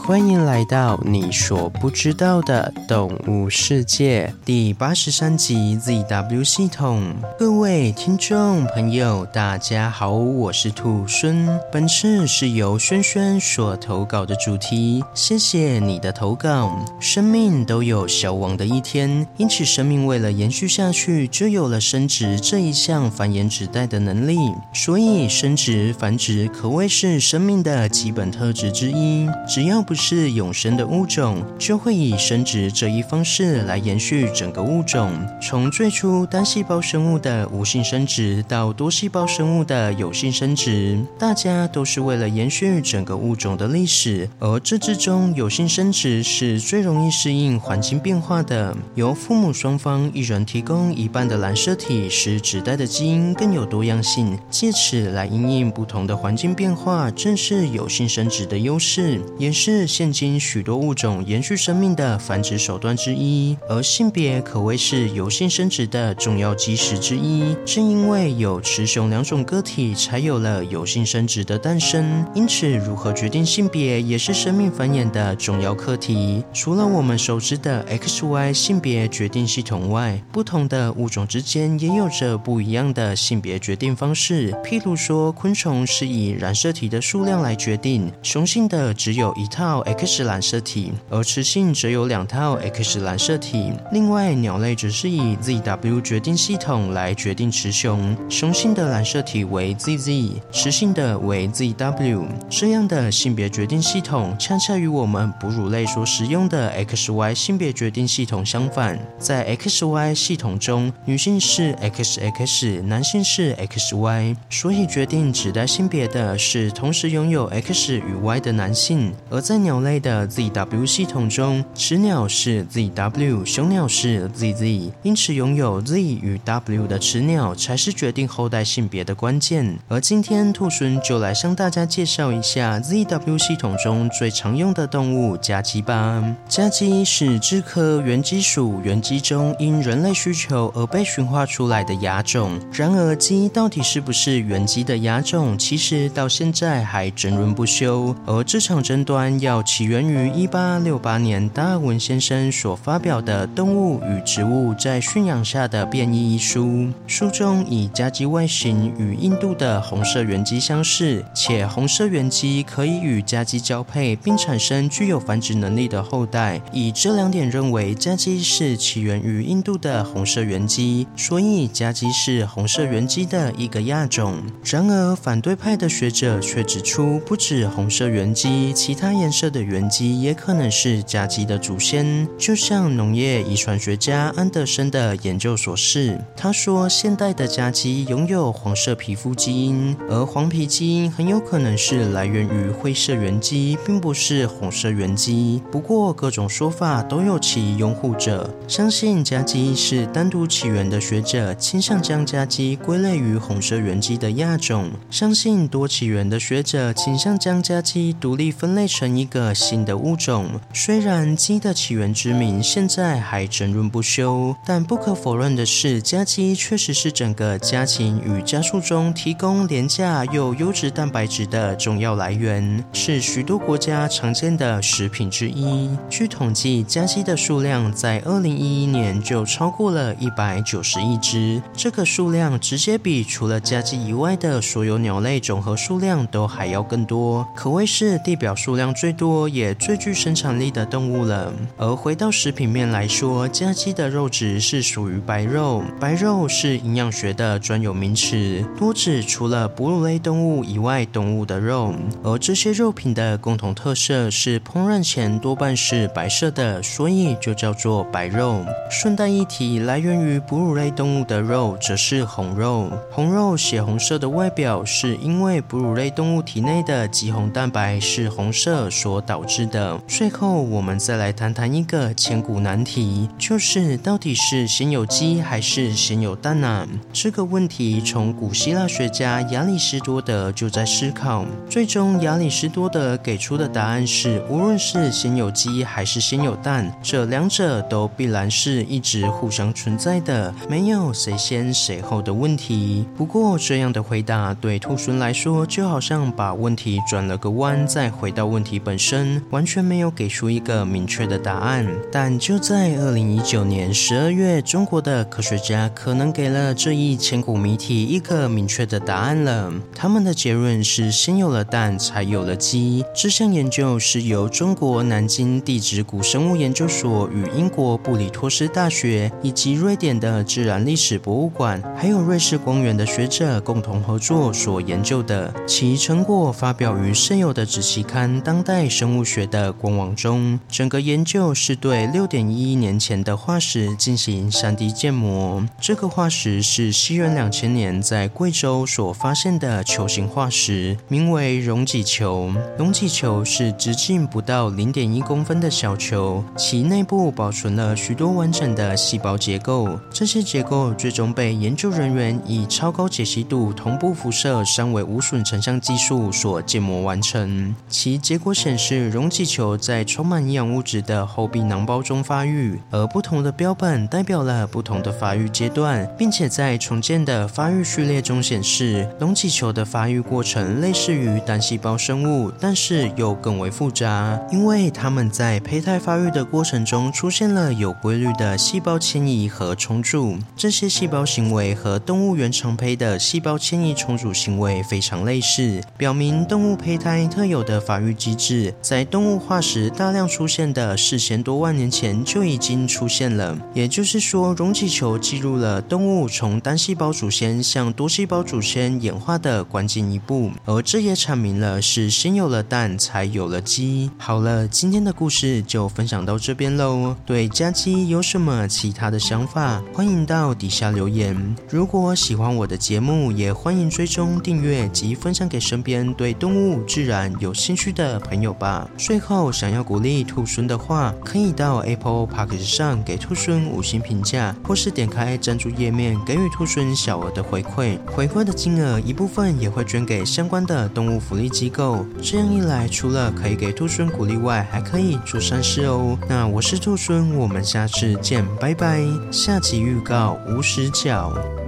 欢迎来到你所不知道的动物世界第83集 ZW 系统。各位听众朋友大家好，我是兔孙。本次是由轩轩所投稿的主题，谢谢你的投稿。生命都有消亡的一天，因此生命为了延续下去，就有了生殖这一项繁衍子代的能力，所以生殖繁殖可谓是生命的基本特质之一。只要不是永生的物种，就会以生殖这一方式来延续整个物种。从最初单细胞生物的无性生殖到多细胞生物的有性生殖，大家都是为了延续整个物种的历史。而这之中有性生殖是最容易适应环境变化的，由父母双方一人提供一半的染色体，使子代的基因更有多样性，借此来因应不同的环境变化，正是有性生殖的优势，也是现今许多物种延续生命的繁殖手段之一。而性别可谓是有性生殖的重要基石之一，正因为有雌雄两种个体，才有了有性生殖的诞生。因此如何决定性别也是生命繁衍的重要课题。除了我们熟知的 XY 性别决定系统外，不同的物种之间也有着不一样的性别决定方式。譬如说昆虫是以染色体的数量来决定，雄性的只有一套 X 染色体，而雌性则有2套 X 染色体。另外鸟类只是以 ZW 决定系统来决定雌雄，雄性的染色体为 ZZ， 雌性的为 ZW。 这样的性别决定系统恰恰与我们哺乳类所使用的 XY 性别决定系统相反。在 XY 系统中，女性是 XX， 男性是 XY， 所以决定子代性别的是同时拥有 X 与 Y 的男性。而在鸟类的 ZW 系统中，雌鸟是 ZW， 雄鸟是 ZZ， 因此拥有 Z 与 W 的雌鸟才是决定后代性别的关键。而今天兔孙就来向大家介绍一下 ZW 系统中最常用的动物家鸡吧。家鸡是雉科原鸡属原鸡中因人类需求而被驯化出来的亚种。然而鸡到底是不是原鸡的亚种，其实到现在还争论不休。而这场争端要起源于1868年达尔文先生所发表的《动物与植物在驯养下的变异》一书。书中以家鸡外形与印度的红色原鸡相似，且红色原鸡可以与家鸡交配并产生具有繁殖能力的后代，以这2点认为家鸡是起源于印度的红色原鸡，所以家鸡是红色原鸡的一个亚种。然而反对派的学者却指出，不止红色原鸡，其他颜色的原鸡也可能是家鸡的祖先。就像农业遗传学家安德森的研究所示，他说现代的家鸡拥有黄色皮肤基因，而黄皮基因很有可能是来源于灰色原鸡，并不是红色原鸡。不过各种说法都有其拥护者，相信家鸡是单独起源的学者倾向将家鸡归类于红色原鸡的亚种，相信多起源的学者倾向将家鸡独立分类成一个新的物种。虽然鸡的起源之谜现在还争论不休，但不可否认的是，家鸡确实是整个家禽与家畜中提供廉价又优质蛋白质的重要来源，是许多国家常见的食品之一。据统计，家鸡的数量在2011年就超过了190亿只，这个数量直接比除了家鸡以外的所有鸟类总和数量都还要更多，可谓是地表数量最多也最具生产力的动物了。而回到食品面来说，家鸡的肉质是属于白肉，白肉是营养学的专有名词，多指除了哺乳类动物以外动物的肉。而这些肉品的共同特色是烹饪前多半是白色的，所以就叫做白肉。顺带一提，来源于哺乳类动物的肉则是红肉。红肉血红色的外表是因为哺乳类动物体内的肌红蛋白是红色所导致的。最后我们再来谈谈一个千古难题，就是到底是先有鸡还是先有蛋呢？这个问题从古希腊学家亚里士多德就在思考，最终亚里士多德给出的答案是，无论是先有鸡还是先有蛋，这两者都必然是一直互相存在的，没有谁先谁后的问题。不过这样的回答对兔孙来说就好像把问题转了个弯再回到问题本本身完全没有给出一个明确的答案。但就在2019年12月，中国的科学家可能给了这一千古谜题一个明确的答案了。他们的结论是先有了蛋才有了鸡。这项研究是由中国南京地质古生物研究所与英国布里托斯大学以及瑞典的自然历史博物馆还有瑞士光源的学者共同合作所研究的，其成果发表于现有的子期刊《当代生物学》的官网中。整个研究是对 6.11 年前的化石进行 3D 建模。这个化石是西元2000年在贵州所发现的球形化石，名为溶脊球。溶脊球是直径不到 0.1 公分的小球，其内部保存了许多完整的细胞结构。这些结构最终被研究人员以超高解析度同步辐射三维无损成像技术所建模完成。其结果显示，溶脊球在充满营养物质的后壁囊包中发育，而不同的标本代表了不同的发育阶段，并且在重建的发育序列中显示，溶脊球的发育过程类似于单细胞生物，但是又更为复杂，因为它们在胚胎发育的过程中出现了有规律的细胞迁移和重组。这些细胞行为和动物原常胚的细胞迁移重组行为非常类似，表明动物胚胎特有的发育机制在动物化石大量出现的4000多万年前就已经出现了。也就是说，溶脊球记录了动物从单细胞祖先向多细胞祖先演化的关键一步，而这也阐明了是先有了蛋才有了鸡。好了，今天的故事就分享到这边咯。对家鸡有什么其他的想法，欢迎到底下留言。如果喜欢我的节目，也欢迎追踪订阅及分享给身边对动物自然有兴趣的朋友吧。最后想要鼓励兔孙的话，可以到 Apple Podcast 上给兔孙5星评价，或是点开赞助页面给予兔孙小额的回馈，回馈的金额一部分也会捐给相关的动物福利机构。这样一来，除了可以给兔孙鼓励外，还可以做善事哦。那我是兔孙，我们下次见，拜拜。下集预告无死角。